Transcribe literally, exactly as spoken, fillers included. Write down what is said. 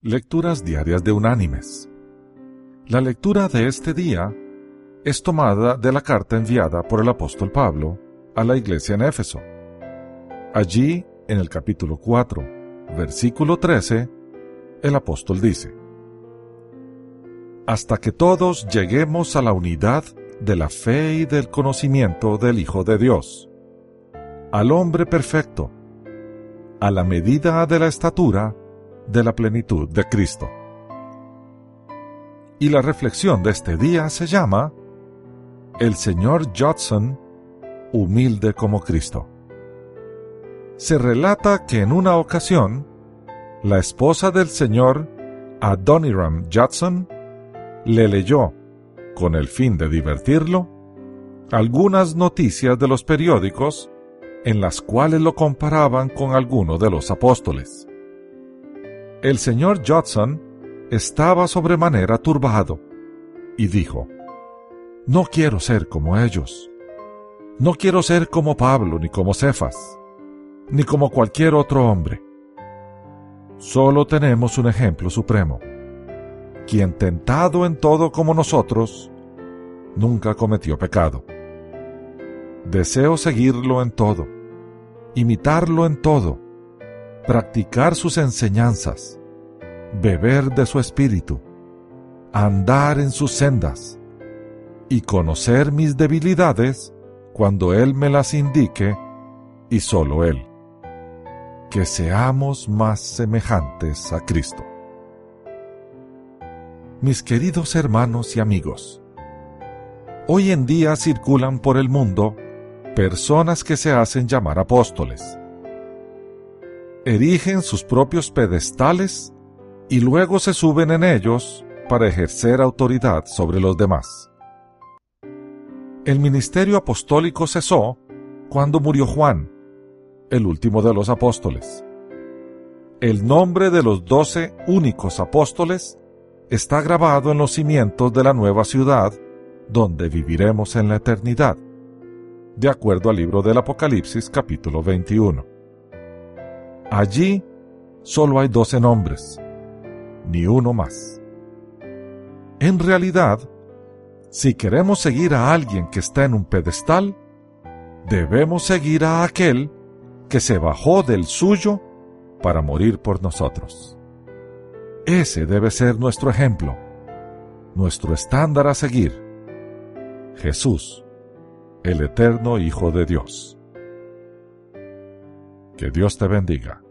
Lecturas diarias de Unánimes. La lectura de este día es tomada de la carta enviada por el apóstol Pablo a la iglesia en Éfeso. Allí, en el capítulo cuatro, versículo trece, el apóstol dice: Hasta que todos lleguemos a la unidad de la fe y del conocimiento del Hijo de Dios, al hombre perfecto, a la medida de la estatura de la plenitud de Cristo. Y la reflexión de este día se llama El señor Judson, humilde como Cristo. Se relata que en una ocasión, la esposa del señor Adoniram Judson le leyó, con el fin de divertirlo, algunas noticias de los periódicos en las cuales lo comparaban con alguno de los apóstoles. El señor Judson estaba sobremanera turbado y dijo: No quiero ser como ellos. No quiero ser como Pablo, ni como Cefas, ni como cualquier otro hombre. Solo tenemos un ejemplo supremo, quien, tentado en todo como nosotros, nunca cometió pecado. Deseo seguirlo en todo, imitarlo en todo, practicar sus enseñanzas, beber de su espíritu, andar en sus sendas y conocer mis debilidades cuando Él me las indique, y solo Él. Que seamos más semejantes a Cristo. Mis queridos hermanos y amigos, hoy en día circulan por el mundo personas que se hacen llamar apóstoles. Erigen sus propios pedestales y luego se suben en ellos para ejercer autoridad sobre los demás. El ministerio apostólico cesó cuando murió Juan, el último de los apóstoles. El nombre de los doce únicos apóstoles está grabado en los cimientos de la nueva ciudad donde viviremos en la eternidad, de acuerdo al libro del Apocalipsis capítulo veintiuno. Allí solo hay doce nombres, ni uno más. En realidad, si queremos seguir a alguien que está en un pedestal, debemos seguir a aquel que se bajó del suyo para morir por nosotros. Ese debe ser nuestro ejemplo, nuestro estándar a seguir: Jesús, el eterno Hijo de Dios. Que Dios te bendiga.